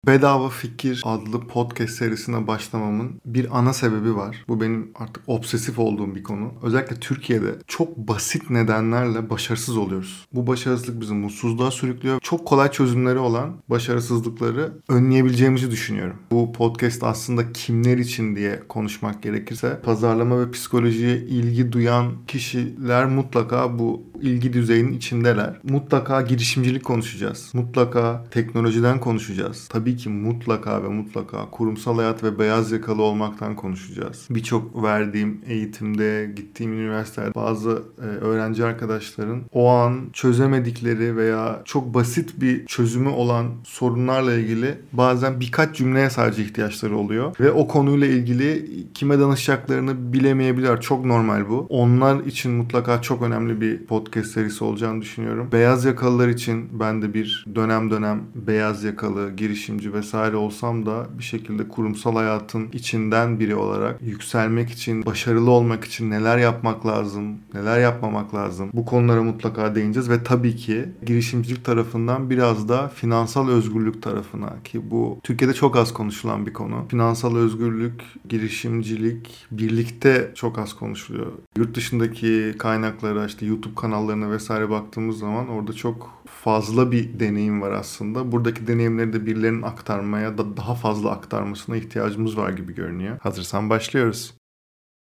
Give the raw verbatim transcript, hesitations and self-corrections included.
Bedava Fikir adlı podcast serisine başlamamın bir ana sebebi var. Bu benim artık obsesif olduğum bir konu. Özellikle Türkiye'de çok basit nedenlerle başarısız oluyoruz. Bu başarısızlık bizi mutsuzluğa sürüklüyor. Çok kolay çözümleri olan başarısızlıkları önleyebileceğimizi düşünüyorum. Bu podcast aslında kimler için diye konuşmak gerekirse pazarlama ve psikolojiye ilgi duyan kişiler mutlaka bu ilgi düzeyinin içindeler. Mutlaka girişimcilik konuşacağız. Mutlaka teknolojiden konuşacağız. Tabii ki mutlaka ve mutlaka kurumsal hayat ve beyaz yakalı olmaktan konuşacağız. Birçok verdiğim eğitimde, gittiğim üniversitede bazı e, öğrenci arkadaşların o an çözemedikleri veya çok basit bir çözümü olan sorunlarla ilgili bazen birkaç cümleye sadece ihtiyaçları oluyor. Ve o konuyla ilgili kime danışacaklarını bilemeyebilirler. Çok normal bu. Onlar için mutlaka çok önemli bir podcast serisi olacağını düşünüyorum. Beyaz yakalılar için ben de bir dönem dönem beyaz yakalı, girişimci vesaire olsam da bir şekilde kurumsal hayatın içinden biri olarak yükselmek için, başarılı olmak için neler yapmak lazım, neler yapmamak lazım. Bu konulara mutlaka değineceğiz ve tabii ki girişimcilik tarafından biraz da finansal özgürlük tarafına, ki bu Türkiye'de çok az konuşulan bir konu. Finansal özgürlük, girişimcilik birlikte çok az konuşuluyor. Yurt dışındaki kaynaklara, işte YouTube kanallarına vesaire baktığımız zaman orada çok fazla bir deneyim var aslında. Buradaki deneyimleri de birilerinin aktarmaya da daha fazla aktarmasına ihtiyacımız var gibi görünüyor. Hazırsan başlıyoruz.